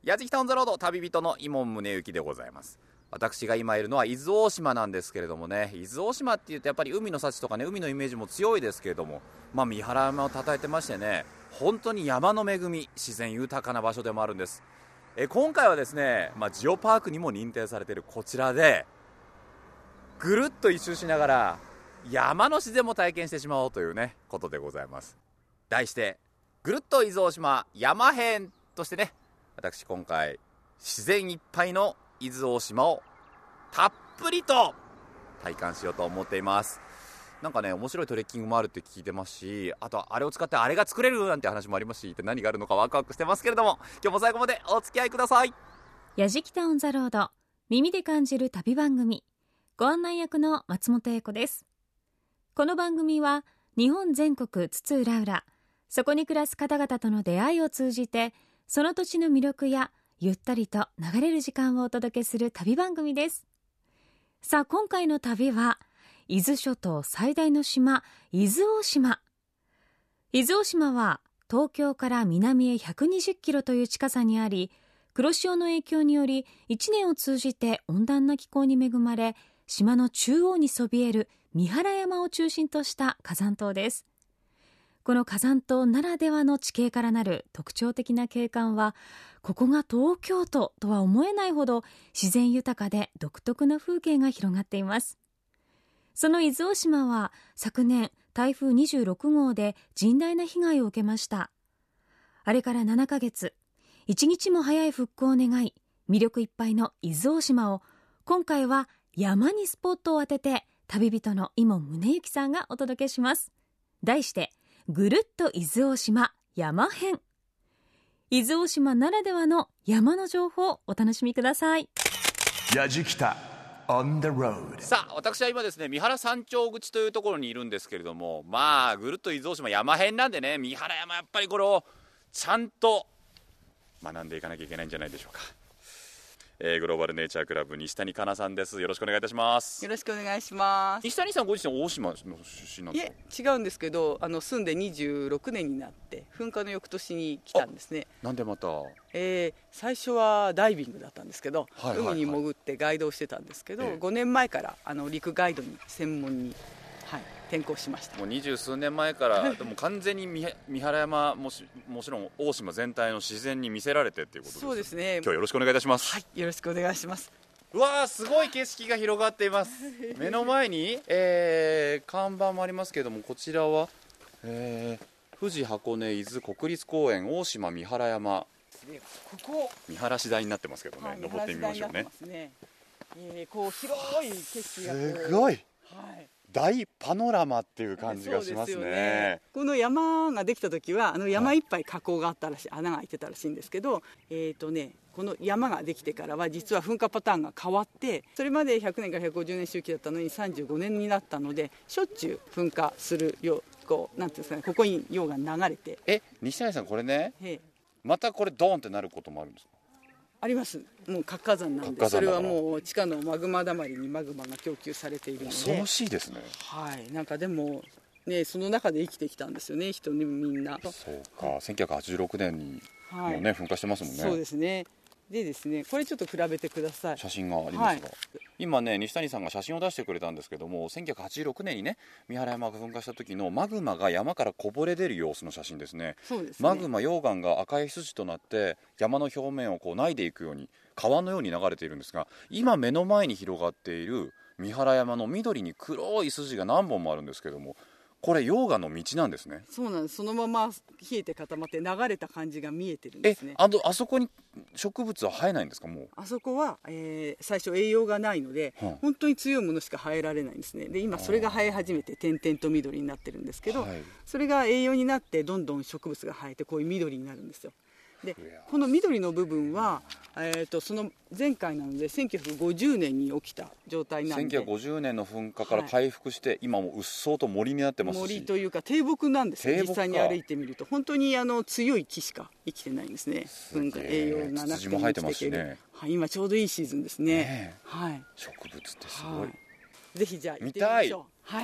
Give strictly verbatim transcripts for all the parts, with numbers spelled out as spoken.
やじきたオンザロード旅人の伊門宗行でございます。私が今いるのは伊豆大島なんですけれどもね、伊豆大島っていうとやっぱり海の幸とかね、海のイメージも強いですけれども、まあ三原山をたたえてましてね、本当に山の恵み、自然豊かな場所でもあるんです。え今回はですね、まあ、ジオパークにも認定されているこちらでぐるっと一周しながら山の自然も体験してしまおうというねことでございます。題してぐるっと伊豆大島山編としてね、私今回自然いっぱいの伊豆大島をたっぷりと体感しようと思っています。なんかね面白いトレッキングもあるって聞いてますし、あとはあれを使ってあれが作れるなんて話もありますし、一体何があるのかワクワクしてますけれども、今日も最後までお付き合いください。 やじきたオンザロード、耳で感じる旅番組、ご案内役の松本英子です。この番組は日本全国津々浦々、そこに暮らす方々との出会いを通じて、その土地の魅力やゆったりと流れる時間をお届けする旅番組です。さあ今回の旅は伊豆諸島最大の島、伊豆大島。伊豆大島は東京から南へひゃくにじゅっキロという近さにあり、黒潮の影響によりいちねんを通じて温暖な気候に恵まれ、島の中央にそびえる三原山を中心とした火山島です。この火山島ならではの地形からなる特徴的な景観は、ここが東京都とは思えないほど自然豊かで独特な風景が広がっています。その伊豆大島は昨年台風にじゅうろくごうで甚大な被害を受けました。あれからななかげつ、一日も早い復興を願い、魅力いっぱいの伊豆大島を今回は山にスポットを当てて、旅人の伊門宗行さんがお届けします。題してぐるっと伊豆大島山編。伊豆大島ならではの山の情報をお楽しみください。 やじきたOn the road。 さあ私は今ですね三原山頂口というところにいるんですけれども、まあぐるっと伊豆大島山編なんでね、三原山やっぱりこれをちゃんと学んでいかなきゃいけないんじゃないでしょうか。えー、グローバルネイチャークラブ西谷香奈さんです。よろしくお願いいたします。 よろしくお願いします。 西谷さんご自身大島の出身なんですか？ いえ違うんですけど、あの住んでにじゅうろくねんになって噴火の翌年に来たんですね。 なんでまた、 えー、最初はダイビングだったんですけど、 はいはいはい、 海に潜ってガイドをしてたんですけど、 ええ、 ごねんまえからあの陸ガイドに専門に、はい、転校しました。 もう二十数年前からでも完全に三原山 も, しもちろん大島全体の自然に見せられてっていうことです。 そうですね。 今日よろしくお願いいたします。 はい、よろしくお願いします。 うわーすごい景色が広がっています目の前に、えー、看板もありますけれども、こちらは、えー、富士箱根伊豆国立公園大島三原山、 ここ見晴らし台になってますけどね、 はい、 登ってみましょうね。 ね、えー、こう広い景色がすごい、 はい、 大パノラマっていう感じがします ね, すね。 この山ができた時はあの山いっぱい火口があったらしい、はい、穴が開いてたらしいんですけど、えーとね、この山ができてからは実は噴火パターンが変わって、それまでひゃくねんからひゃくごじゅうねん周期だったのにさんじゅうごねんになったので、しょっちゅう噴火するよう、こうなんていうんですかね、ここに溶岩流れて、 え西谷さんこれね、 ええ、 またこれドーンってなることもあるんですか？ あります。もう活火山なんで、それはもう地下のマグマだまりにマグマが供給されているので、 恐ろしいですね。 はい、なんかでもね、その中で生きてきたんですよね、人にみんな。 そうか、せんきゅうひゃくはちじゅうろくねんにもうね、はい、噴火してますもんね。 そうですね。でですね、これちょっと比べてください。 写真がありますが、はい、今ね西谷さんが写真を出してくれたんですけども、せんきゅうひゃくはちじゅうろくねんにね三原山が噴火した時のマグマが山からこぼれ出る様子の写真ですね。 そうですね。 マグマ溶岩が赤い筋となって山の表面をこう剥いでいくように川のように流れているんですが、今目の前に広がっている三原山の緑に黒い筋が何本もあるんですけども、これ溶岩の道なんですね。 そうなんです。そのまま冷えて固まって流れた感じが見えてるんですね。 え、あの、あそこに植物は生えないんですか？もうあそこは、えー、最初栄養がないので、はあ、本当に強いものしか生えられないんですね。で今それが生え始めて点々と緑になってるんですけど、はい、それが栄養になってどんどん植物が生えてこういう緑になるんですよ。でこの緑の部分は、えー、とその前回なのでせんきゅうひゃくごじゅうねんに起きた状態なんで、 せんきゅうひゃくごじゅうねんの噴火から回復して、はい、今もうっそうと森になってますし、 森というか低木なんですよ。実際に歩いてみると本当にあの強い木しか生きてないんですね。噴火栄養がなくても土も生えてますしね、 はい、今ちょうどいいシーズンですね。ね、はい、 植物ってすごい、 はい、ぜひじゃあ行ってみましょう。はい、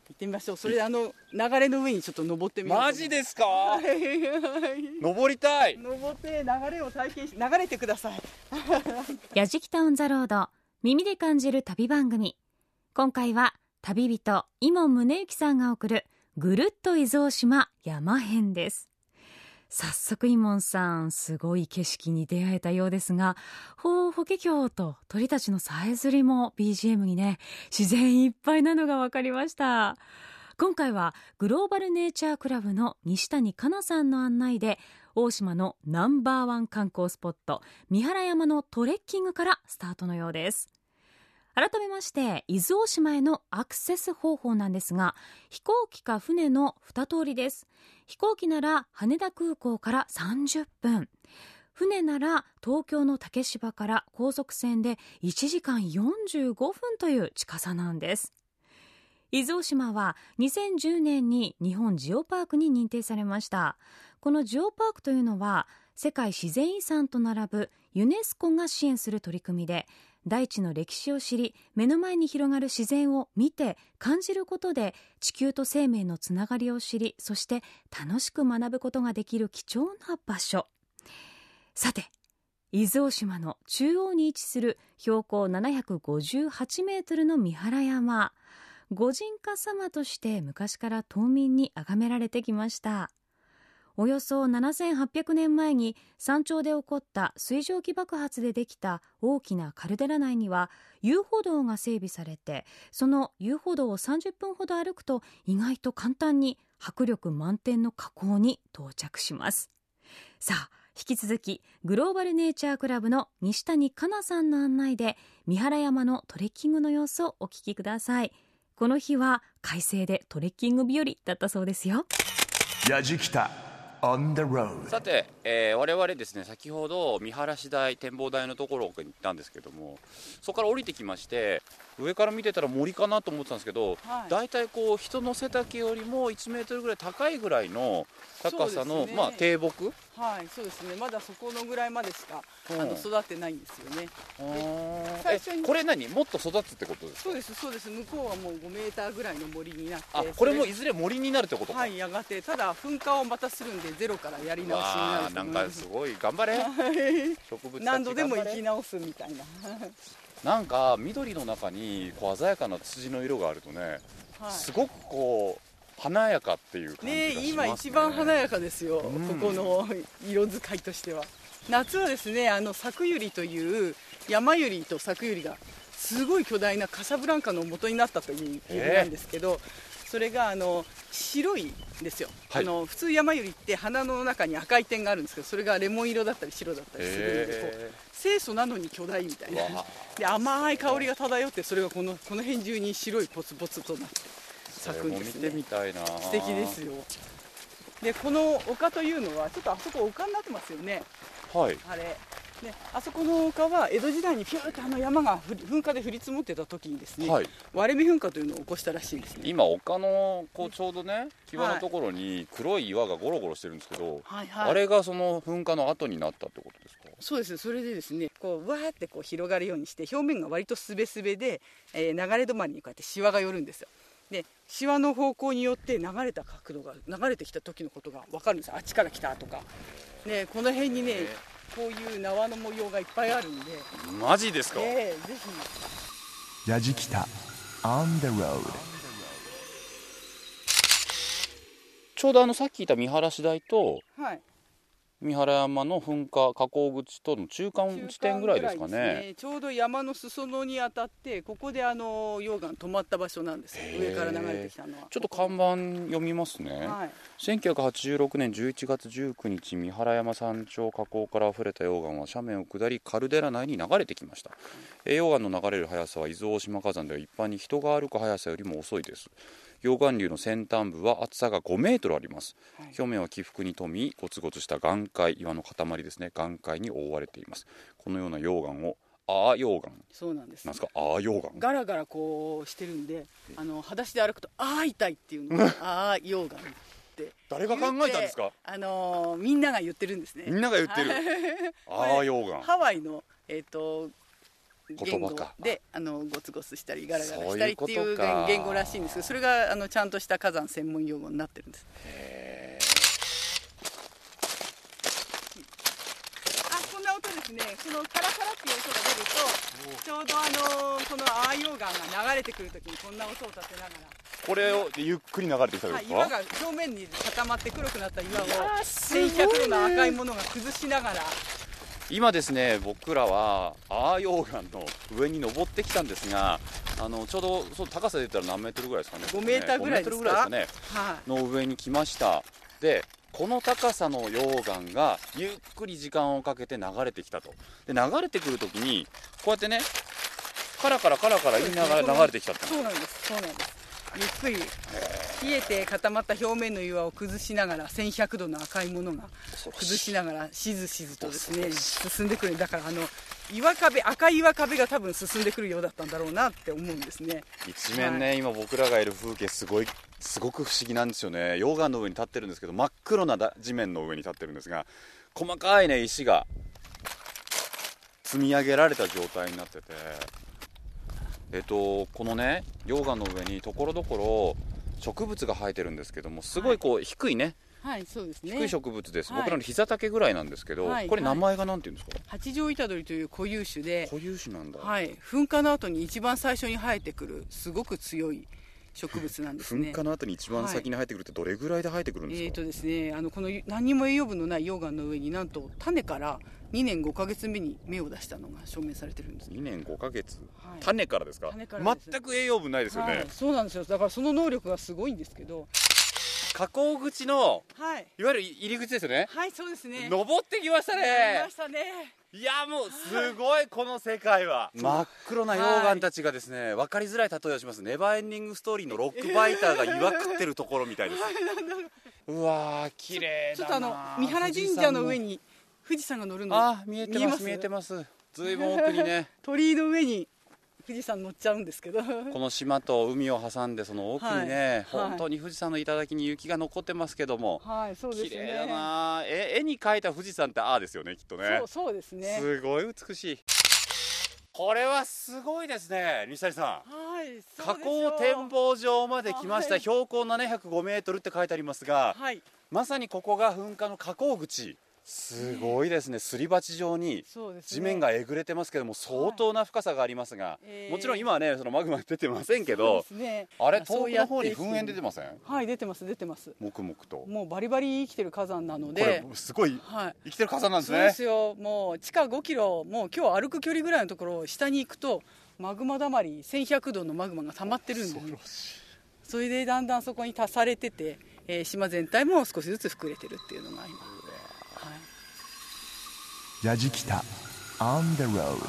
ってみましょう。それであの流れの上にちょっと登ってみようと思う。 マジですか？ はいはい、 登りたい。 登って流れを体験し流れてください。 やじきたオンザロード、耳で感じる旅番組。今回は旅人伊門宗行さんが送るぐるっと伊豆大島山編です。早速伊門さん、すごい景色に出会えたようですが、ほう法華経と鳥たちのさえずりも ビージーエム にね、自然いっぱいなのが分かりました。今回はグローバルネイチャークラブの西谷香奈さんの案内で、大島のナンバーワン観光スポット三原山のトレッキングからスタートのようです。改めまして伊豆大島へのアクセス方法なんですが、飛行機か船のに通りです。飛行機なら羽田空港からさんじゅっぷん、船なら東京の竹芝から高速船でいちじかんよんじゅうごふんという近さなんです。伊豆大島はにせんじゅうねんに日本ジオパークに認定されました。このジオパークというのは世界自然遺産と並ぶユネスコが支援する取り組みで、大地の歴史を知り、目の前に広がる自然を見て感じることで地球と生命のつながりを知り、そして楽しく学ぶことができる貴重な場所。さて、伊豆大島の中央に位置する標高ななひゃくごじゅうはちメートルの三原山、御神火様として昔から島民に崇められてきました。およそななせんはっぴゃくねんまえに山頂で起こった水蒸気爆発でできた大きなカルデラ内には遊歩道が整備されて、その遊歩道をさんじゅっぷんほど歩くと意外と簡単に迫力満点の火口に到着します。さあ、引き続きグローバルネイチャークラブの西谷香奈さんの案内で三原山のトレッキングの様子をお聞きください。この日は快晴でトレッキング日和だったそうですよ。 やじきたOn the road。 さて、えー、我々ですね、先ほど見晴らし台、展望台のところに行ったんですけども、そこから降りてきまして、上から見てたら森かなと思ってたんですけど、はい、だいたいこう人の背丈よりもいちメートルぐらい高いぐらいの高さの、ね、まあ、低木、 はい、そうですね、まだそこのぐらいまでしか、うん、あの育ってないんですよね。 最初にこれ何もっと育つってことですか？ そうですそうです。向こうはもうごメーターぐらいの森になって、 あ、これもいずれ森になるってことか？ はい、やがて。ただ噴火をまたするんでゼロからやり直しになると思います。 なんかすごい頑張れ植物たち何度でも生き直すみたいななんか緑の中にこう鮮やかな土の色があるとね、はい、すごくこう華やかっていう感じがしますね。 ね、今一番華やかですよ、うん、ここの色使いとしては。夏はですね、あのサクユリという山ユリとサクユリがすごい巨大なカサブランカの元になったという理由なんですけど、それがあの白いんですよ、はい、あの普通山ユリって花の中に赤い点があるんですけど、それがレモン色だったり白だったりするんで、清楚なのに巨大みたいなで甘い香りが漂って、それがこのこの辺中に白いポツポツとなって咲くんですね。 見てみたいな。 素敵ですよ。でこの丘というのはちょっとあそこ丘になってますよね。 はい、 あれで、あそこの丘は江戸時代にピューってあの山が噴火で降り積もってた時にですね、はい、割れ目噴火というのを起こしたらしいんですね。 今丘のこうちょうどね際のところに黒い岩がゴロゴロしてるんですけど、はいはい、あれがその噴火の後になったってことですか？ そうです。それでですね、こうわーってこう広がるようにして表面が割とすべすべで、えー、流れ止まりにこうやってシワが寄るんですよ。でシワの方向によって流れた角度が流れてきた時のことが分かるんですよ。あっちから来たとか、ね、この辺にね、えーこういう縄の模様がいっぱいあるんで。 マジですか？ えー、ぜひやじきた On the road。 ちょうどあのさっき言った見晴らし台と、 はい、 三原山の噴火火口口との中間地点ぐらいですか ね, ねちょうど山の裾野に当たって、ここであの溶岩止まった場所なんです。上から流れてきたのは。 ちょっと看板読みますね、はい、せんきゅうひゃくはちじゅうろくねんじゅういちがつじゅうくにち、三原山山頂火口から溢れた溶岩は斜面を下りカルデラ内に流れてきました、うん、溶岩の流れる速さは伊豆大島火山では一般に人が歩く速さよりも遅いです。溶岩流の先端部は厚さがごメートルあります、はい、表面は起伏に富みゴツゴツした岩塊、岩の塊ですね、岩塊に覆われています。このような溶岩をアー溶岩。 そうなんです。 なんですかアー溶岩。 ガラガラこうしてるんで、あの裸足で歩くとあー痛いっていうのがアー溶岩って誰が考えたんですか？ あのー、みんなが言ってるんですね。 みんなが言ってるアー溶岩。 ハワイの、えーと言語であのゴツゴツしたりガラガラしたりっていう言語らしいんですけど、それがあのちゃんとした火山専門用語になってるんです。へあ、こんな音ですね。このカラカラっていう音が出ると、ちょうどあのこのアー溶岩が流れてくるときにこんな音を立てながら、 これをゆっくり流れてきたんですか？ はい、岩が表面に固まって黒くなった岩をせんひゃくどの赤いものが崩しながら、 今ですね、僕らはアー溶岩の上に登ってきたんですが、あのちょうどその高さで言ったら何メートルぐらいですかね。 ごメーターぐらいですか。 ごメートルぐらいですかね、はい、の上に来ました。でこの高さの溶岩がゆっくり時間をかけて流れてきたと。で流れてくるときにこうやってね、カラカラカラカラ言いながら流れてきたって。 そうなんです、そうなんです。ゆっくり冷えて固まった表面の岩を崩しながら、せんひゃくどの赤いものが崩しながらしずしずとですね進んでくる。だからあの岩壁、赤い岩壁が多分進んでくるようだったんだろうなって思うんですね。 一面ね、はい、今僕らがいる風景すごいすごく不思議なんですよね。溶岩の上に立ってるんですけど、真っ黒な地面の上に立ってるんですが、細かいね石が積み上げられた状態になってて、えっと、このね溶岩の上にところどころ植物が生えてるんですけども、すごいこう、はい、低いね、 はい、そうですね、 低い植物です、はい、僕らの膝丈ぐらいなんですけど、 はい、 これ名前がなんていうんですか？ 八丈板取という固有種で、 固有種なんだ、 はい、噴火の後に一番最初に生えてくるすごく強い植物なんですね。 噴火の後に一番先に生えてくるってどれぐらいで生えてくるんですか？ えーとですね、あのこの何にも栄養分のない溶岩の上になんと種からにねんごかげつめに芽を出したのが証明されてるんです。 にねんごかげつ、 はい、 種からですか？ 種からです。 全く栄養分ないですよね、はい、 そうなんですよ。だからその能力がすごいんですけど、 河口口の、 はい、 いわゆる入り口ですよね。 はい、そうですね。 登ってきましたね。 登りましたね。 いやもうすごいこの世界は真っ黒な溶岩たちがですね、分かりづらい例えをします。ネバーエンディングストーリーのロックバイターが岩食ってるところみたいです。うわー綺麗だな。 ちょっとあの三原神社の上に富士山が乗るのあ見えてます見えてます。ずいぶん奥にね鳥居の上に富士山乗っちゃうんですけど、 この島と海を挟んでその奥にね、 はい、 本当に富士山の頂に雪が残ってますけども、 はい、そうですね、 綺麗だな。え絵に描いた富士山ってああですよね、きっとね。 そうそうですね。 すごい美しい。これはすごいですね、西谷さん。 はい、 河口展望場まで来ました、はい、標高ななひゃくごメートルって書いてありますが、 はい、 まさにここが噴火の河口口。すごいですね、すり鉢状に地面がえぐれてますけども、相当な深さがありますが、はい、もちろん今はねそのマグマ出てませんけど、 ね、 あれ遠くの方に噴煙出てません？ はい、出てます出てます。 もくもくともうバリバリ生きてる火山なので、 これすごい生きてる火山なんですね。 そうですよ。もう地下ごキロ、もう今日歩く距離ぐらいのところ下に行くとマグマだまりせんひゃくどのマグマが溜まってるんですよ。それでだんだんそこに足されてて、えー、島全体も少しずつ膨れてるっていうのが今、 やじきた On the road。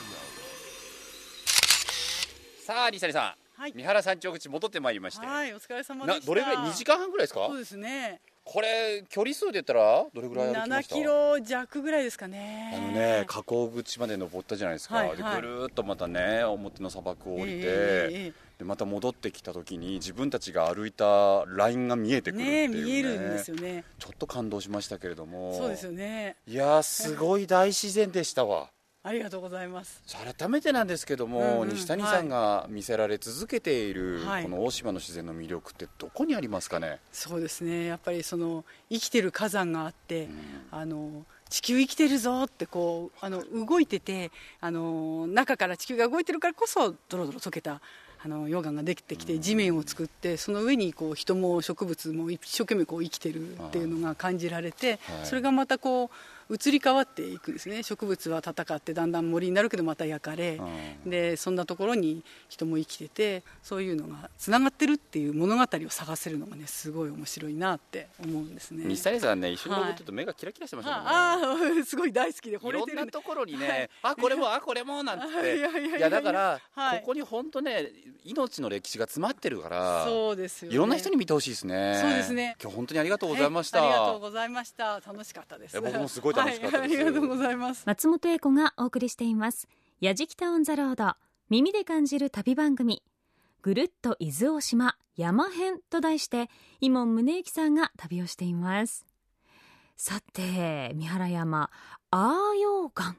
さあ西谷さん、はい、三原山頂口戻ってまいりまして、 はい、お疲れ様でした。 どれぐらいにじかんはんぐらいですか？ そうですね。 これ距離数で言ったらどれぐらい歩きました？ ななキロ弱ぐらいですかね。 あのね河口口まで登ったじゃないですか、はいはい、でぐるーっとまたね表の砂漠を降りて、えー、でまた戻ってきた時に自分たちが歩いたラインが見えてくるっていう ね, ね見えるんですよね。 ちょっと感動しましたけれども。 そうですよね。 いやすごい大自然でしたわ。 ありがとうございます。 改めてなんですけども、うんうん、西谷さんが見せられ続けている、 はい、 この大島の自然の魅力ってどこにありますかね？ そうですね、やっぱりその生きてる火山があって、うん、あの地球生きてるぞってこうあの動いてて、あの中から地球が動いてるからこそドロドロ溶けたあの溶岩ができてきて地面を作って、その上にこう人も植物も一生懸命こう生きてるっていうのが感じられて、はい、それがまたこう移り変わっていくんですね。植物は戦ってだんだん森になるけどまた焼かれ、でそんなところに人も生きてて、そういうのがつながってるっていう物語を探せるのがねすごい面白いなって思うんですね。 西谷さんね、一緒に登ってると目がキラキラしてましたもんね。 ああすごい大好きで惚れてる、 いろんなところにね、はい、あこれもあこれもなんつっていやいやいやいやだから、はい、ここに本当ね命の歴史が詰まってるから、 そうですよね、 いろんな人に見てほしいですね。 そうですね。 今日本当にありがとうございました。 ありがとうございました。楽しかったです。 僕もすごい楽しかったです、 はい、ありがとうございます。 松本英子がお送りしていますやじきたオンザロード、耳で感じる旅番組、ぐるっと伊豆大島山編と題して伊門宗行さんが旅をしています。さて三原山アー溶岩と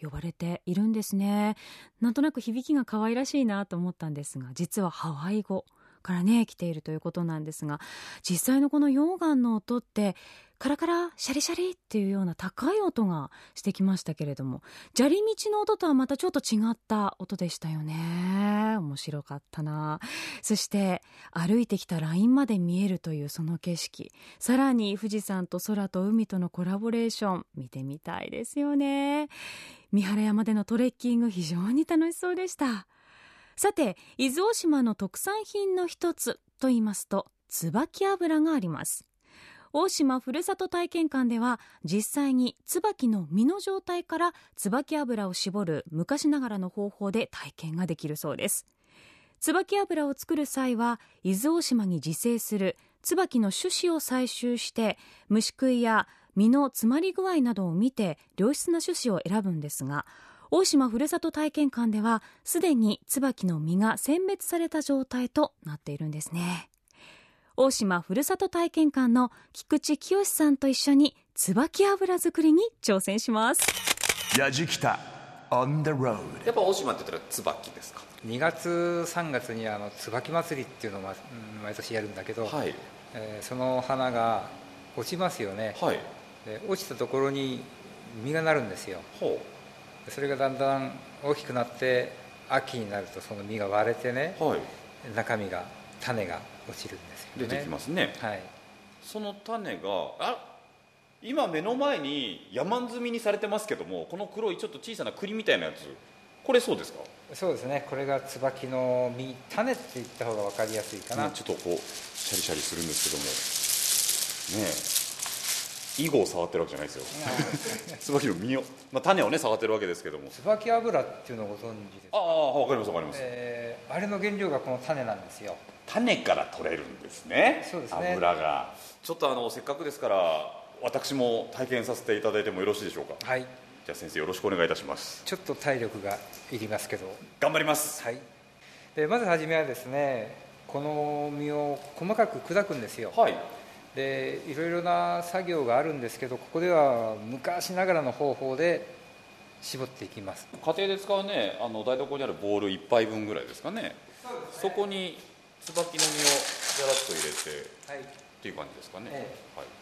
呼ばれているんですね。なんとなく響きが可愛らしいなと思ったんですが、実はハワイ語からね来ているということなんですが、実際のこの溶岩の音ってカラカラシャリシャリっていうような高い音がしてきましたけれども、砂利道の音とはまたちょっと違った音でしたよね。面白かったな。そして歩いてきたラインまで見えるというその景色、さらに富士山と空と海とのコラボレーション、見てみたいですよね。三原山でのトレッキング、非常に楽しそうでした。さて、伊豆大島の特産品の一つと言いますと椿油があります。大島ふるさと体験館では実際に椿の実の状態から椿油を絞る昔ながらの方法で体験ができるそうです。椿油を作る際は伊豆大島に自生する椿の種子を採集して、虫食いや実の詰まり具合などを見て良質な種子を選ぶんですが、大島ふるさと体験館ではすでに椿の実が選別された状態となっているんですね。大島ふるさと体験館の菊池清さんと一緒に椿油作りに挑戦します。 やじきた on the road。 やっぱ大島って言ったら椿ですか？ にがつさんがつにあの椿祭りっていうのを毎年やるんだけど、 はい、 えー、その花が落ちますよね、 はい、 で落ちたところに実がなるんですよ。 ほうそれがだんだん大きくなって秋になるとその実が割れてね、 はい、 中身が種が落ちるんですよね。 出てきますね。 はい、 その種があ今目の前に山積みにされてますけども、この黒いちょっと小さな栗みたいなやつ、これそうですか？ そうですね、これが椿の実、種って言った方が分かりやすいかな、 ね、ちょっとこうシャリシャリするんですけどもねえ、囲碁を触ってるわけじゃないですよ椿の実を、まあ、種をね触ってるわけですけども、 椿油っていうのをご存知ですか？ ああ、分かります分かります、 えー、あれの原料がこの種なんですよ。 種から取れるんですね。 そうですね、 油がちょっとあのせっかくですから私も体験させていただいてもよろしいでしょうか？ はい、 じゃあ先生よろしくお願いいたします。 ちょっと体力がいりますけど頑張ります。 はい、でまずはじめはですね、この実を細かく砕くんですよ。 はい、 でいろいろな作業があるんですけど、ここでは昔ながらの方法で絞っていきます。 家庭で使うね、あの台所にあるボウルいっぱいぶんぐらいですかね。 そうですね、 そこに椿の実をじゃらっと入れて、 はい、 っていう感じですかね。 ええはい、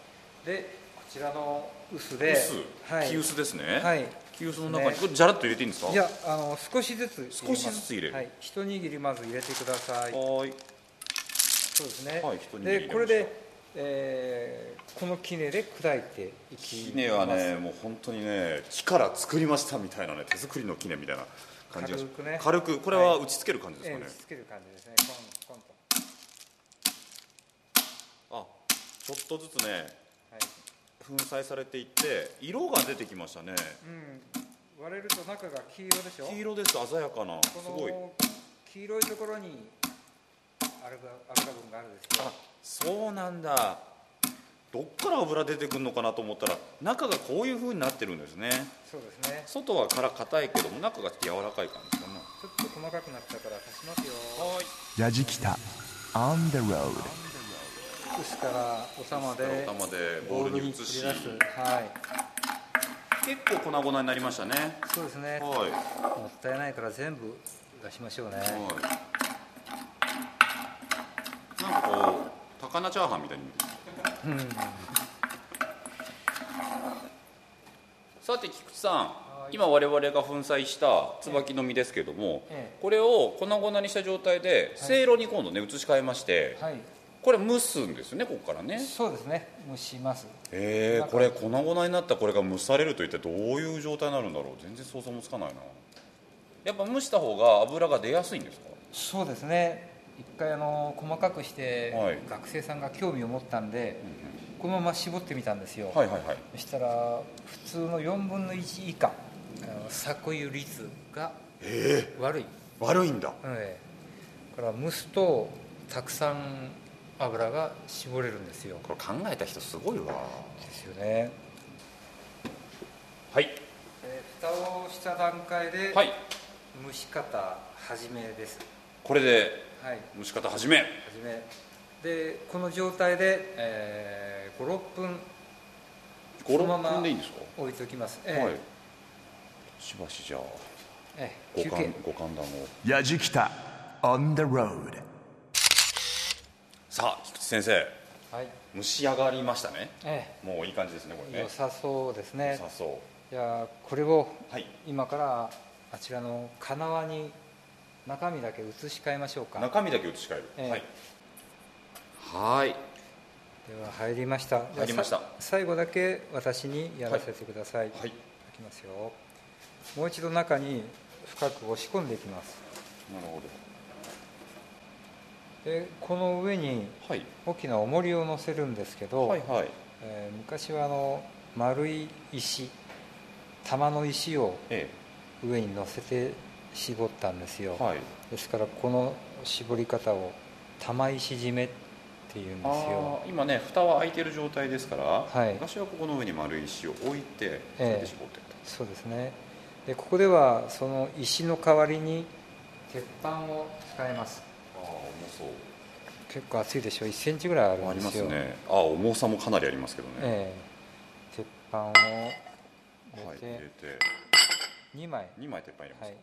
でこちらの臼で臼、 はい、 木臼ですね。 はい、 木臼の中にこれじゃらっと入れていいんですか？ じゃあ、あの少しずつ入れます。 少しずつ入れる。 はい、一握りまず入れてください。 はい、 そうですね、 はい、一握り入れました。 でこれで、えー、この杵で砕いていきます。 杵はね、もう本当にね木から作りましたみたいなね、手作りの杵みたいな感じがし軽くね、 軽くこれは打ちつける感じですかね。 えー、打ちつける感じですね。コンコンと、 あ、ちょっとずつね、 はい、 粉砕されていって色が出てきましたね。 うん、割れると中が黄色でしょ。 黄色です、鮮やかな、すごい。 この黄色いところに油油分があるんですよ。 あ、そうなんだ。どっから油出てくるのかなと思ったら中がこういう風になってるんですね。 そうですね、 外は殻硬いけども中が柔らかい感じですかね。 ちょっと細かくなったから足しますよ。 はい、 やじきた on the road。 臼からお玉でお玉でボウルに移し、 ボウルに取り出す。はい、 結構粉々になりましたね。 そうですね、 はい、 もったいないから全部出しましょうね。 はい、なんかこう高菜チャーハンみたいに見えてうん、 さて菊池さん、今我々が粉砕した椿の実ですけども、 ええ、 これを粉々にした状態でせいろに今度ね移し替えまして、 はい、 これ蒸すんですよね、ここからね。 そうですね、蒸します。 えー、これ粉々になったこれが蒸されると一体どういう状態になるんだろう。全然想像もつかないな。やっぱ蒸した方が油が出やすいんですか？ そうですね、一回あの細かくして、 はい、 学生さんが興味を持ったんで、うん、このまま絞ってみたんですよ。 はいはいはい。 そしたら普通のよんぶんのいち以下、搾油率が悪い、 えー、悪いんだ。 えー、だから蒸すとたくさん油が絞れるんですよ。 これ考えた人すごいわ。 ですよね。 はい、 えー、蓋をした段階で、はい、蒸し方始めです。 これではい、 蒸し方始め、 始めでこの状態で、えー、ごろっぷんごろっぷんでいいんですか？ 置いておきます、えーはい、 しばしじゃあえご休憩歓ご歓談を。 やじきた on the road。 さあ菊池先生、 はい、 蒸し上がりましたね。 えもういい感じですねこれね。 え良さそうですね。 良さそう。 じゃあこれをはい、 今からあちらの金輪に中身だけ移し替えましょうか。 中身だけ移し替える、 ええはいはい。 では入りました。 入りました。 さ最後だけ私にやらせてください。 はい、 いきますよ。もう一度中に深く押し込んでいきます。 なるほでこの上にど。はい大きな重りを乗せるんですけど、 はいはい。 えー昔はあの丸い石玉の石をえ上に乗せて絞ったんですよ、 え、はい。 ですからこの絞り方を玉石締めっていうんですよ。 あ今ね蓋は開いてる状態ですから、 はい昔はここの上に丸い石を置いてそれで絞ってると、 そうですね。でここではその石の代わりに鉄板を使います。 ああ重そう。 結構厚いでしょ。いっセンチぐらいあるありますんですよ。 ね。あ重さもかなりありますけどね。 ええ鉄板をはい、 入れ入れててにまい、 にまい鉄板入れまはい、 す。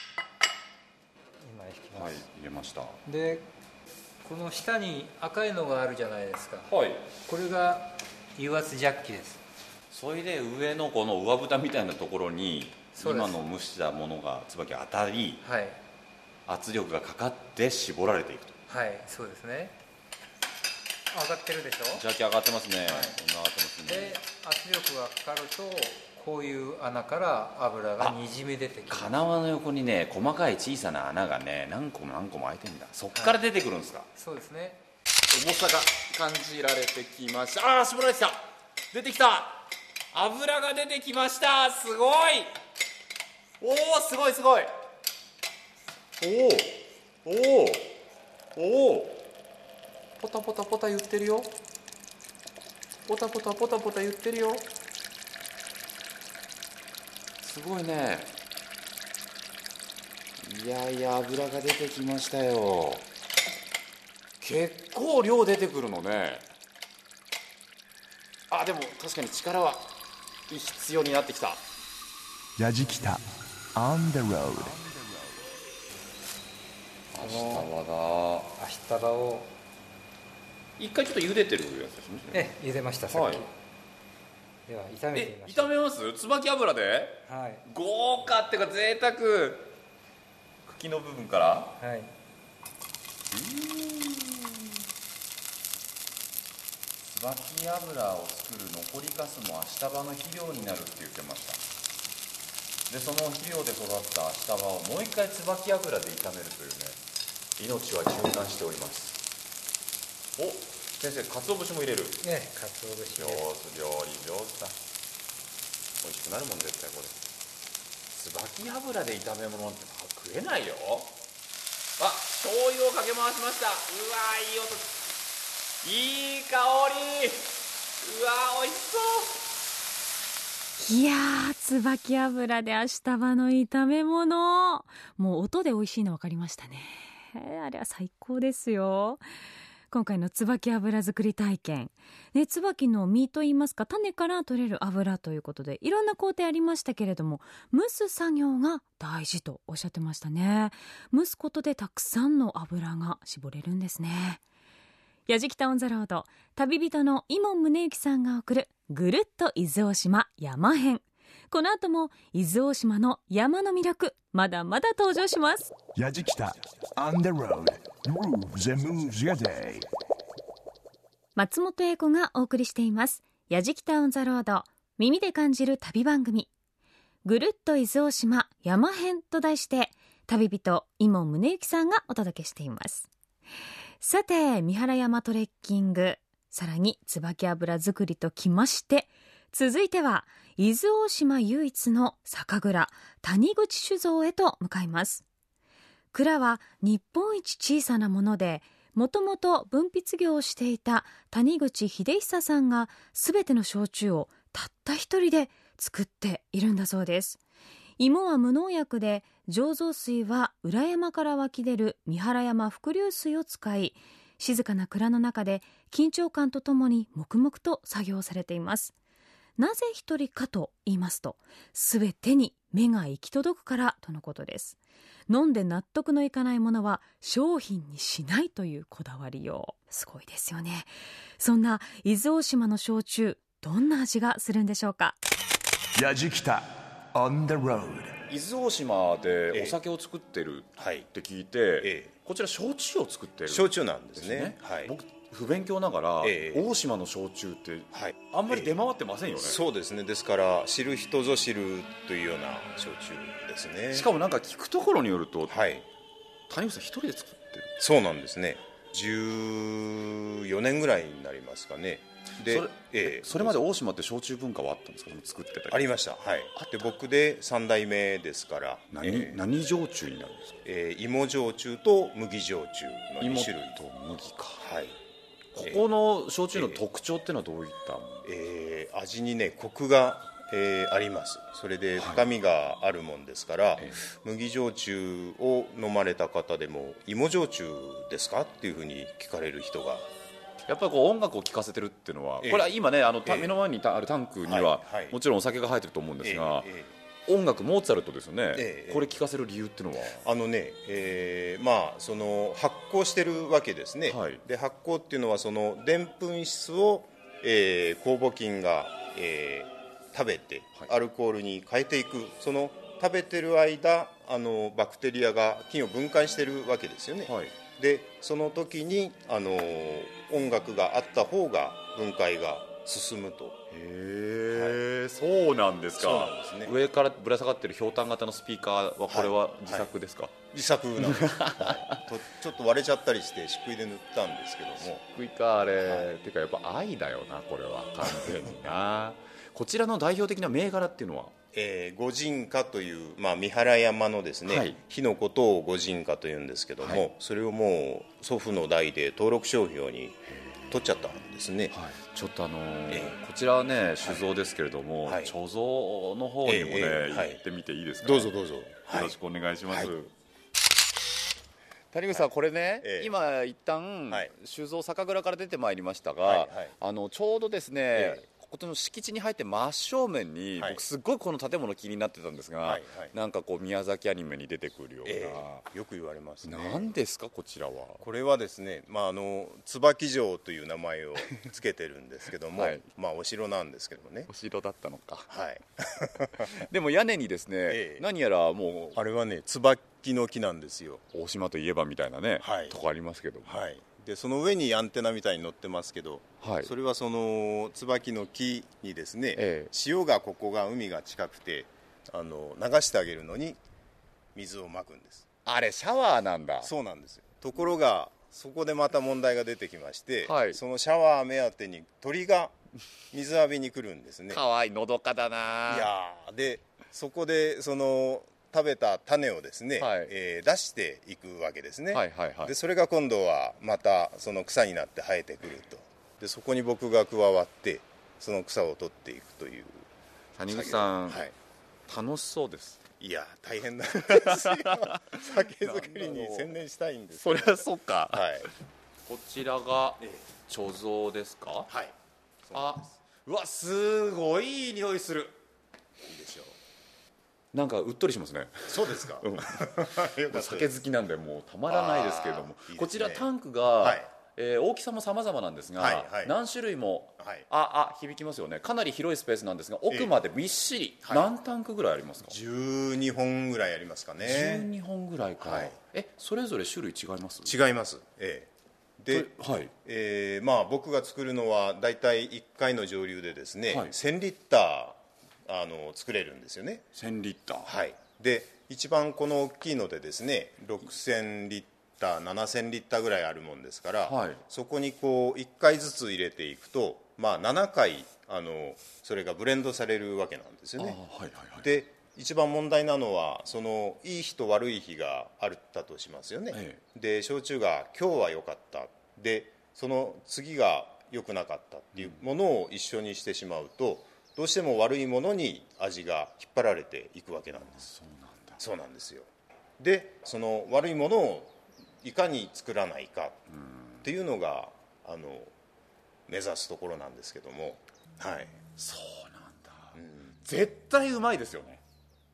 にまい引きまはい、 す、 入れました。 でこの下に赤いのがあるじゃないですか。 はい。 これが油圧ジャッキです。 それで上のこの上蓋みたいなところにそうです今の蒸したものが椿当たりはい圧力がかかって絞られていくと。 はいそうですね。上がってるでしょ。 ジャッキ上がってますね。 い上がってますね。 で圧力がかかるとこういう穴から油がにじみ出てきます。 金輪の横にね細かい小さな穴がね何個も何個も開いてんだ。そっから出てくるんですか。 そうですね。 重さが感じられてきました。ああ絞られてきた。出てきた。油が出てきました。すごい。おおすごいすごい。おおおおおおポタポタポタ言ってるよ。ポタポタポタポタ言ってるよ。すごいね。いやいや油が出てきましたよ。結構量出てくるのね。あでも確かに力は必要になってきた。 やじきた on the road。 明日は明日葉をだ一回ちょっと茹でてるやつですね。 ええ茹でましたさっき、 はいでは炒めてみえましょう。 炒めます椿油で。 はい豪華っていうか贅沢。茎の部分からはい椿油を作る残りかすも明日葉の肥料になるって言ってました。でその肥料で育った明日葉をもう一回椿油で炒めるというね、命は循環しております。お先生鰹節も入れる。 ね鰹節上で手、料理上手だ。美味しくなるもん絶対これ。椿油で炒め物って食えないよ。あ醤油をかけ回しました。うわいい音、いい香り。うわ美味しそう。 いやー、椿油で明日葉の炒め物、もう音で美味しいの分かりましたね。えーあれは最高ですよ。今回の椿油作り体験、ね、椿の実といいますか種から取れる油ということでいろんな工程ありましたけれども、蒸す作業が大事とおっしゃってましたね。蒸すことでたくさんの油が絞れるんですね。やじきたオンザロード、旅人の伊門宗行さんが送るぐるっと伊豆大島山編。この後も伊豆大島の山の魅力まだまだ登場します。 やじきた on the road。 Grooves and moves your day。 松本英子がお送りしていますやじきたオンザロード、耳で感じる旅番組。ぐるっと伊豆大島山編と題して旅人伊門宗行さんがお届けしています。さて三原山トレッキング、さらに椿油作りときまして、続いては伊豆大島唯一の酒蔵谷口酒造へと向かいます。蔵は日本一小さなもので、もともと分泌業をしていた谷口秀久さんがすべての焼酎をたった一人で作っているんだそうです。芋は無農薬で、醸造水は裏山から湧き出る三原山伏流水を使い、静かな蔵の中で緊張感とともに黙々と作業されています。 なぜ一人かと言いますと、すべてに目が行き届くからとのことです。飲んで納得のいかないものは商品にしないというこだわりよう、すごいですよね。そんな伊豆大島の焼酎、どんな味がするんでしょうか。 やじきた on the road。 伊豆大島でお酒を作ってるって聞いて、ええ、こちら焼酎を作ってる、 焼酎なんですね。はい、 僕不勉強ながら、ええ、大島の焼酎って、はい、あんまり出回ってませんよね。 ええ、そうですね。ですから知る人ぞ知るというような焼酎ですね。 しかもなんか聞くところによると、 はい、 谷口さん一人で作ってる。 そうなんですね。じゅうよねんぐらいになりますかね。でそれ、ええ、それまで大島って焼酎文化はあったんですか。作ってたり。 ありました、はい、で僕でさん代目ですから。 何、えー、何焼酎になるんですか。 えー、芋焼酎と麦焼酎のに種類。 芋と麦か。 はい。 ここの焼酎の特徴っていうのはどういったもの。 えー、味にねコクが、えー、あります。それで深みがあるもんですから、はい、麦焼酎を飲まれた方でも芋焼酎ですかっていうふうに聞かれる人が。 やっぱりこう音楽を聴かせてるっていうのは、えー、これは今ねあの、えー、目の前にあるタンクには、はいはい、もちろんお酒が入ってると思うんですが、えーえー、音楽モーツァルトですよね、えー、これ聴かせる理由っていうのは。 あのね、えー、まあその発酵してるわけですね、はい、で発酵っていうのはそのでんぷん質を、えー、酵母菌が、えー、食べてアルコールに変えていく、その食べてる間あのバクテリアが菌を分解してるわけですよね、はい、でその時にあの音楽があった方が分解が進むと。 へえ、はい、そうなんですか。 そうなんですね。 上からぶら下がってるひょうたん型のスピーカーはこれは自作ですか。はいはい、自作なんです、はい、とちょっと割れちゃったりして漆喰で塗ったんですけども。 漆喰かあれ、はい、てかやっぱ愛だよなこれは完全になこちらの代表的な銘柄っていうのは、 えー、御神花という、まあ、三原山のですね、はい、火のことを御神花というんですけども、はい、それをもう祖父の代で登録商標に取っちゃったんですね、 はい、ちょっとあのーえー、こちらはね酒造ですけれども、はい、貯蔵の方にもね、えー、行ってみていいですか、 ね、どうぞどうぞ、よろしくお願いします、はい、谷口さんこれね、えー、今一旦、はい、酒造酒蔵から出てまいりましたが、はいはい、あのちょうどですね、えーこの敷地に入って真正面に、はい、僕すっごいこの建物気になってたんですが、はいはい、なんかこう宮崎アニメに出てくるような、えー、よく言われますね。 何ですかこちらは。 これはですね、まあ、あの椿城という名前をつけてるんですけども、はい、まあ、お城なんですけどもね。 お城だったのか。 はい。 でも屋根にですね、えー、何やらもうあれはね椿の木なんですよ。 大島といえばみたいなね、はい、とこありますけども、 はい、でその上にアンテナみたいに乗ってますけど、はい、それはその椿の木にですね、ええ、潮がここが海が近くてあの流してあげるのに水をまくんです。 あれシャワーなんだ。 そうなんですよ。ところがそこでまた問題が出てきまして、はい、そのシャワー目当てに鳥が水浴びに来るんですね。 かわいい、のどかだな。 いやでそこでその食べた種をですね、はい、えー、出していくわけですね、はいはいはい、でそれが今度はまたその草になって生えてくると。でそこに僕が加わってその草を取っていくという。 谷口さん、はい、楽しそうです。 いや大変なんですよ酒造りに専念したいんです。 そりゃそうか、はい、こちらが貯蔵ですか。はい、あ、うわすごいいい匂いする。 いいでしょう。 なんかうっとりしますね。 そうですか、うん、 酒好きなんでもうたまらないですけれども、いいですね、こちらタンクが、はい、えー、大きさも様々なんですが、はいはい、何種類も、はい、ああ響きますよね。かなり広いスペースなんですが奥までびっしり、えー、何タンクぐらいありますか。 じゅうにほんぐらいありますかね。 じゅうにほんぐらいか、はい、えそれぞれ種類違います。 違います、えー、で、はい、えーまあ、僕が作るのはだいたいいっかいの蒸留でですね、はい、せんリッターあの作れるんですよね。 せんリッター、 はい、で一番この大きいのでですねろくせんリッターななせんリッターぐらいあるもんですから、はい、そこにこういっかいずつ入れていくと、まあ、ななかいあのそれがブレンドされるわけなんですよね。あ、はいはいはい、で一番問題なのはそのいい日と悪い日があったとしますよね、ええ、で焼酎が今日は良かったでその次が良くなかったっていうものを一緒にしてしまうと、うん、どうしても悪いものに味が引っ張られていくわけなんです。そうなんだ。そうなんですよ。でその悪いものをいかに作らないかっていうのがあの目指すところなんですけども、はい、 そうなん絶対うまいですよね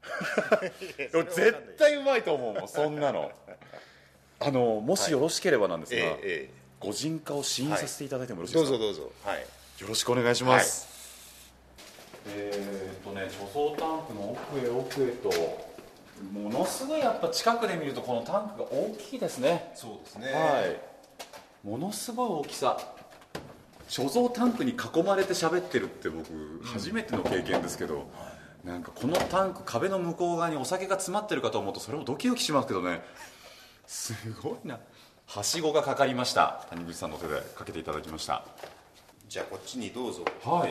絶対うまいと思うもんそんなのあのもしよろしければなんですが、はいええ、ご人家を試飲させていただいてもよろしいですか、 はい、どうぞどうぞ、はい、 よろしくお願いします、はい、えー、っとね貯蔵タンクの奥へ奥へとものすごいやっぱ近くで見るとこのタンクが大きいですね。 そうですね、 はい、ものすごい大きさ。貯蔵タンクに囲まれて喋ってるって僕初めての経験ですけど、うん、なんかこのタンク壁の向こう側にお酒が詰まってるかと思うとそれもドキドキしますけどね。すごいな。はしごがかかりました。谷口さんの手でかけていただきました。 じゃあこっちにどうぞ。 はい、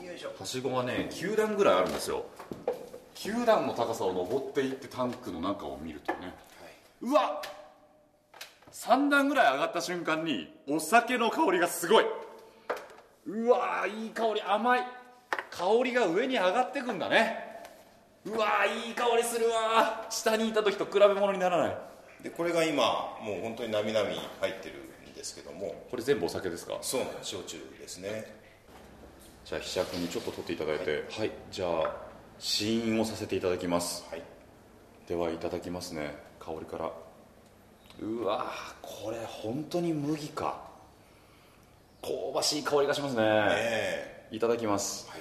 よいしょ。はしごがねきゅうだんぐらいあるんですよ。きゅうだんの高さを登っていってタンクの中を見るとね、はい、うわっさんだんぐらい上がった瞬間にお酒の香りがすごい。うわーいい香り。甘い香りが上に上がってくんだね。うわーいい香りするわ。下にいた時と比べ物にならない。 でこれが今もう本当になみなみ入ってるんですけども、 これ全部お酒ですか？ そうなんです、焼酎ですね。 じゃあ柄杓にちょっと取っていただいて、はい、はい、じゃあ試飲をさせていただきます、はい、ではいただきますね。香りから。うわこれ本当に麦か。香ばしい香りがしますね。ねいただきます、はい、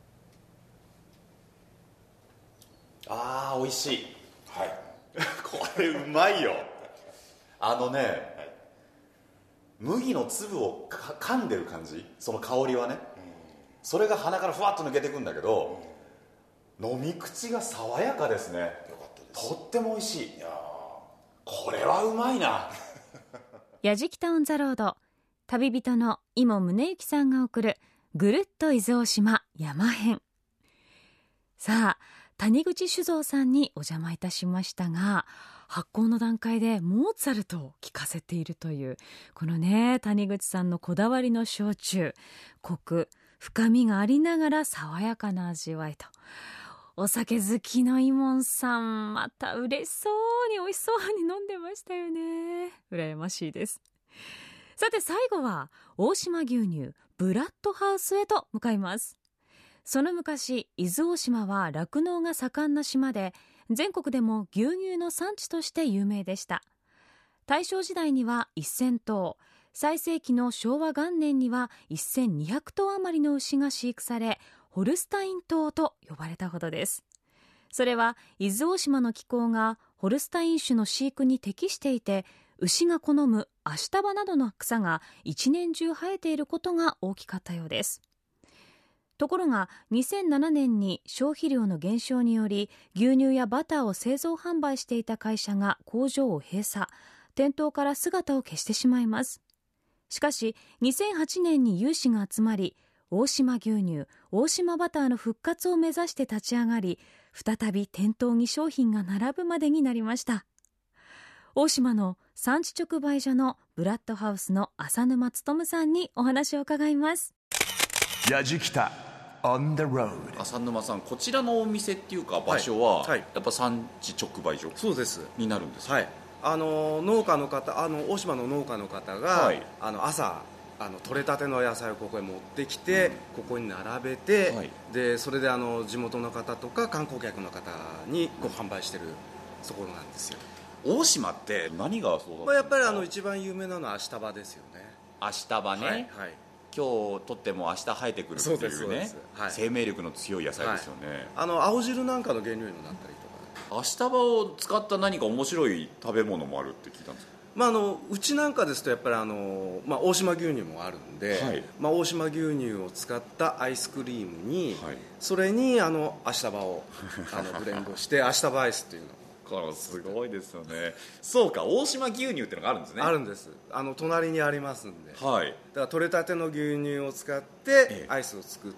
あー美味しい、はい、これうまいよ。あのね、はい、麦の粒をか噛んでる感じ、その香りはね、うん、それが鼻からふわっと抜けてくんだけど、うん、飲み口が爽やかですね。よかったです。とっても美味しい。いやこれはうまいなやじきたオンザロード、旅人の伊茂宗行さんが送るぐるっと伊豆大島山編。さあ谷口酒造さんにお邪魔いたしましたが、発酵の段階でモーツァルトを聴かせているというこのね谷口さんのこだわりの焼酎、コク深みがありながら爽やかな味わいと、お酒好きのイモンさんまた嬉しそうに美味しそうに飲んでましたよね。羨ましいです。さて最後は大島牛乳ブラッドハウスへと向かいます。その昔伊豆大島は酪農が盛んな島で、全国でも牛乳の産地として有名でした。大正時代にはせんとう、最盛期の昭和元年にはせんにひゃくとう余りの牛が飼育され、ホルスタイン島と呼ばれたほどです。それは伊豆大島の気候がホルスタイン種の飼育に適していて、牛が好むアシタバなどの草が一年中生えていることが大きかったようです。ところがにせんななねんに消費量の減少により牛乳やバターを製造販売していた会社が工場を閉鎖、店頭から姿を消してしまいます。しかしにせんはちねんに有志が集まり、大島牛乳、大島バターの復活を目指して立ち上がり、再び店頭に商品が並ぶまでになりました。大島の産地直売所のブラッドハウスの浅沼勉さんにお話を伺います。 やじきた on the road。 浅沼さん、こちらのお店っていうか場所は、はいはい、やっぱ産地直売所そうですになるんですか？ はい、あの農家の方、あの大島の農家の方が、はい、あの朝あの取れたての野菜をここへ持ってきて、うん、ここに並べて、はい、でそれであの地元の方とか観光客の方にこう販売してるところなんですよ。 大島って何がそうだったんですか？ まあ、やっぱりあの一番有名なのはアシタバですよね。 アシタバね、はいはい、今日取っても明日生えてくるっていうね、はい、生命力の強い野菜ですよね、はい、 あの青汁なんかの原料にもなったりとか。 アシタバを使った何か面白い食べ物もあるって聞いたんですか？ まあ、あのうちなんかですとやっぱりあの、まあ、大島牛乳もあるんで、はい、まあ、大島牛乳を使ったアイスクリームに、はい、それにあのアシタバをあのブレンドしてアシタバアイスっていうのをこれすごいですよね。そうか、大島牛乳っていうのがあるんですね。 あるんです。あの隣にありますんで、 はい、 だから取れたての牛乳を使ってアイスを作って、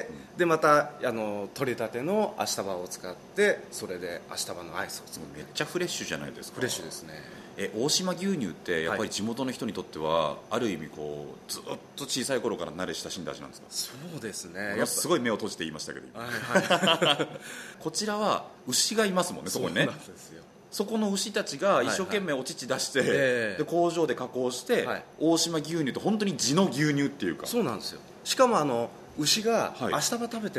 うん、でまたあの取れたてのアシタバを使ってそれでアシタバのアイスを作って。 めっちゃフレッシュじゃないですか。 フレッシュですね。 え大島牛乳ってやっぱり地元の人にとっては、はい、ある意味こうずっと小さい頃から慣れ親しんだ味なんですか？ そうですね。 やっぱすごい目を閉じて言いましたけど、 はいはい、 こちらは牛がいますもんね、そこにね。 そうなんですよ。 そこの牛たちが一生懸命お乳出して、はいはい、で工場で加工して、はい、大島牛乳って本当に地の牛乳っていうか。 そうなんですよ。しかもあの牛がアシタバ食べてる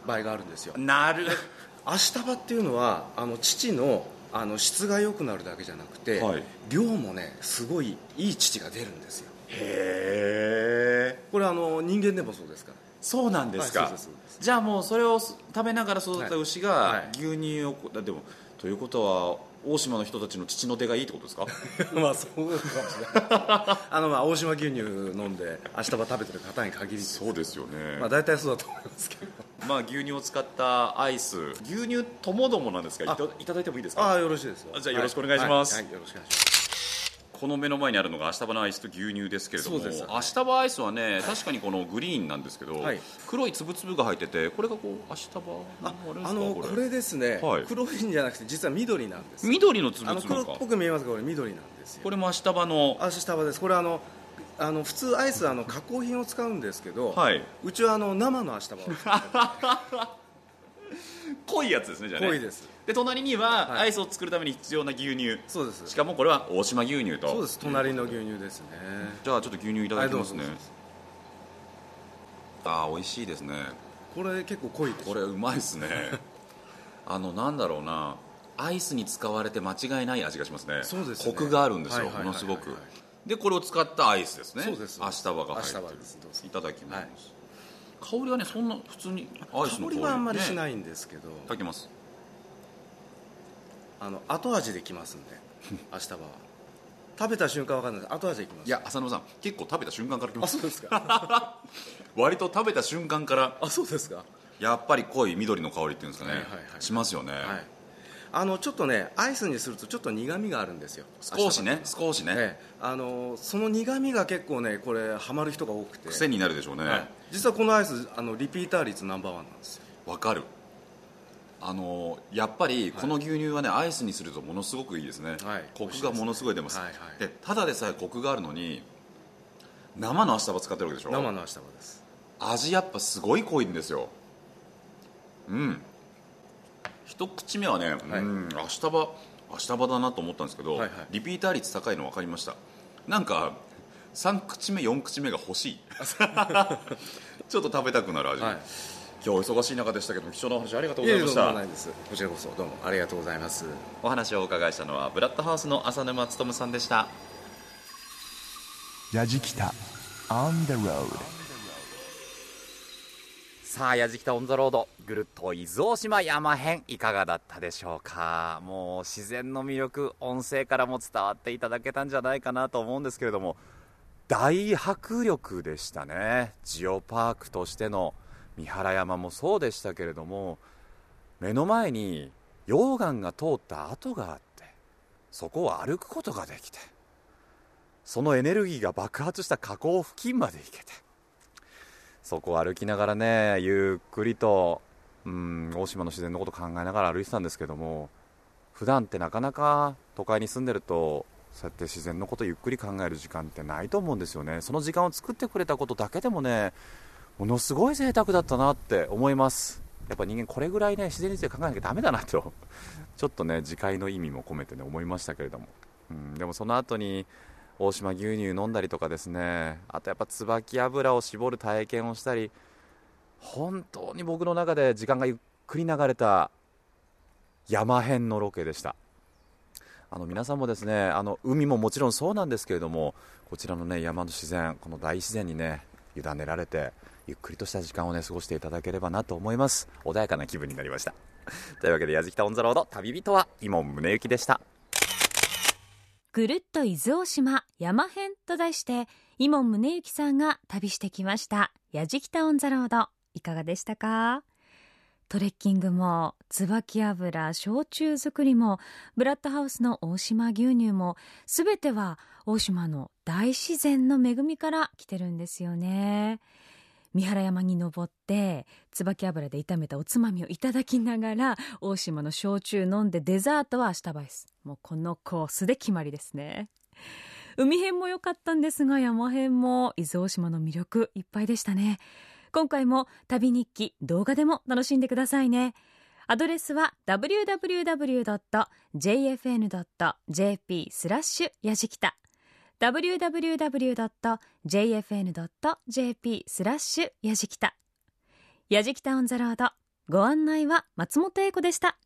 場合があるんですよ。 なるアシタバっていうのはあの乳のあの質が良くなるだけじゃなくて、はい、量もねすごいいい乳が出るんですよ。 へえ。 これあの人間でもそうですから。 そうなんですか、はい、そうですそうです。じゃあもうそれを食べながら育った牛が牛乳を、はいはい、でもということは大島の人たちの乳の出がいいってことですか？ まあそうかもしれないあのまあ大島牛乳飲んでアシタバ食べてる方に限りです。 そうですよね。 まあ大体そうだと思いますけどまあ牛乳を使ったアイス、牛乳ともどもなんですが、いた、いただいてもいいですか？ ああよろしいですよ。 じゃあよろしくお願いします。 はいはいはい、よろしくお願いします。 この目の前にあるのがアシタバのアイスと牛乳ですけれども、そうです、アシタバアイスはね確かにこのグリーンなんですけど、はい、黒いつぶつぶが入ってて、これがこうアシタバのあれですか？ あのこ, れこれですね、はい、黒いんじゃなくて実は緑なんです。 緑のつぶつぶか。 あの黒っぽく見えますがこれ緑なんですよ。 これもアシタバのアシタバです。これあのあの普通アイスはあの加工品を使うんですけど、 はい、 うちはあの生のアシタバを使って濃いやつですね。じゃあね濃いです。 で隣にはアイスを作るために必要な牛乳、はい、 そうです。 しかもこれは大島牛乳と。 そうです。隣の牛乳ですね。 じゃあちょっと牛乳いただきますね。ああ美味しいですね。 これ結構濃いです。 これうまいですねあのなんだろうな、アイスに使われて間違いない味がしますね。 そうですね。 コクがあるんですよ、ものすごく。でこれを使ったアイスですね。 そうです。 アシタバが入ってる。いただきます、はい、香りはねそんな普通にアイスの香り、ね、 香りはあんまりしないんですけど、いただきます。 あの後味できますんでアシタバは食べた瞬間分かんないです。後味できます。 いや浅野さん結構食べた瞬間からきます。 あそうですか割と食べた瞬間から。 あそうですか。 やっぱり濃い緑の香りっていうんですかね、はいはいはい、しますよね、はい、 あのちょっとねアイスにするとちょっと苦みがあるんですよ。 少しね少しね、ね、 あのその苦みが結構ねこれハマる人が多くて癖になるでしょうね、はい、 実はこのアイスあのリピーター率ナンバーワンなんですよ。 わかる。あのやっぱりこの牛乳はね、はい、アイスにするとものすごくいいですね、はい、コクがものすごい出ます、はいはい、でただでさえコクがあるのに生のアシタバ使ってるわけでしょ。 生のアシタバです。 味やっぱすごい濃いんですよ。うん一口目はね、はい、うんアシタバアシタバだなと思ったんですけど、はいはい、リピーター率高いの分かりました。なんかさん口目よん口目が欲しいちょっと食べたくなる味、はい、今日忙しい中でしたけど貴重なお話ありがとうございました。 いやいやないです。こちらこそどうもありがとうございます。 お話をお伺いしたのはブラッドハウスの浅沼勉さんでした。 やじきた On the road。 さあやじきたオンザロード、ぐるっと伊豆大島山編いかがだったでしょうか。もう自然の魅力音声からも伝わっていただけたんじゃないかなと思うんですけれども、大迫力でしたね。ジオパークとしての三原山もそうでしたけれども、目の前に溶岩が通った跡があって、そこを歩くことができて、そのエネルギーが爆発した河口付近まで行けて、そこを歩きながらねゆっくりと、うん、大島の自然のことを考えながら歩いてたんですけども、普段ってなかなか都会に住んでるとそうやって自然のことをゆっくり考える時間ってないと思うんですよね。その時間を作ってくれたことだけでもねものすごい贅沢だったなって思います。やっぱ人間これぐらいね自然について考えなきゃダメだなとちょっとね自戒の意味も込めてね思いましたけれども、うん、でもその後に大島牛乳飲んだりとかですね、あとやっぱ椿油を絞る体験をしたり、本当に僕の中で時間がゆっくり流れた山編のロケでした。あの皆さんもですね、あの海ももちろんそうなんですけれども、こちらのね山の自然、この大自然にね委ねられてゆっくりとした時間をね過ごしていただければなと思います。穏やかな気分になりましたというわけでやじきたオンザロード、旅人は伊門宗行でした。 ぐるっと伊豆大島山編と題して伊門宗行さんが旅してきましたやじきたオンザロード、いかがでしたか。トレッキングも椿油、焼酎作りもブラッドハウスの大島牛乳もすべては大島の大自然の恵みから来てるんですよね。三原山に登って椿油で炒めたおつまみをいただきながら大島の焼酎飲んで、デザートはアシタバアイス、もうこのコースで決まりですね。海編も良かったんですが山編も伊豆大島の魅力いっぱいでしたね。今回も旅日記動画でも楽しんでくださいね。アドレスは ダブリューダブリューダブリュードットジェイエフエヌドットジェーピースラッシュやじきた ダブリューダブリューダブリュードットジェイエフエヌドットジェーピースラッシュやじきたやじきたオンザロード、 ご案内は松本英子でした。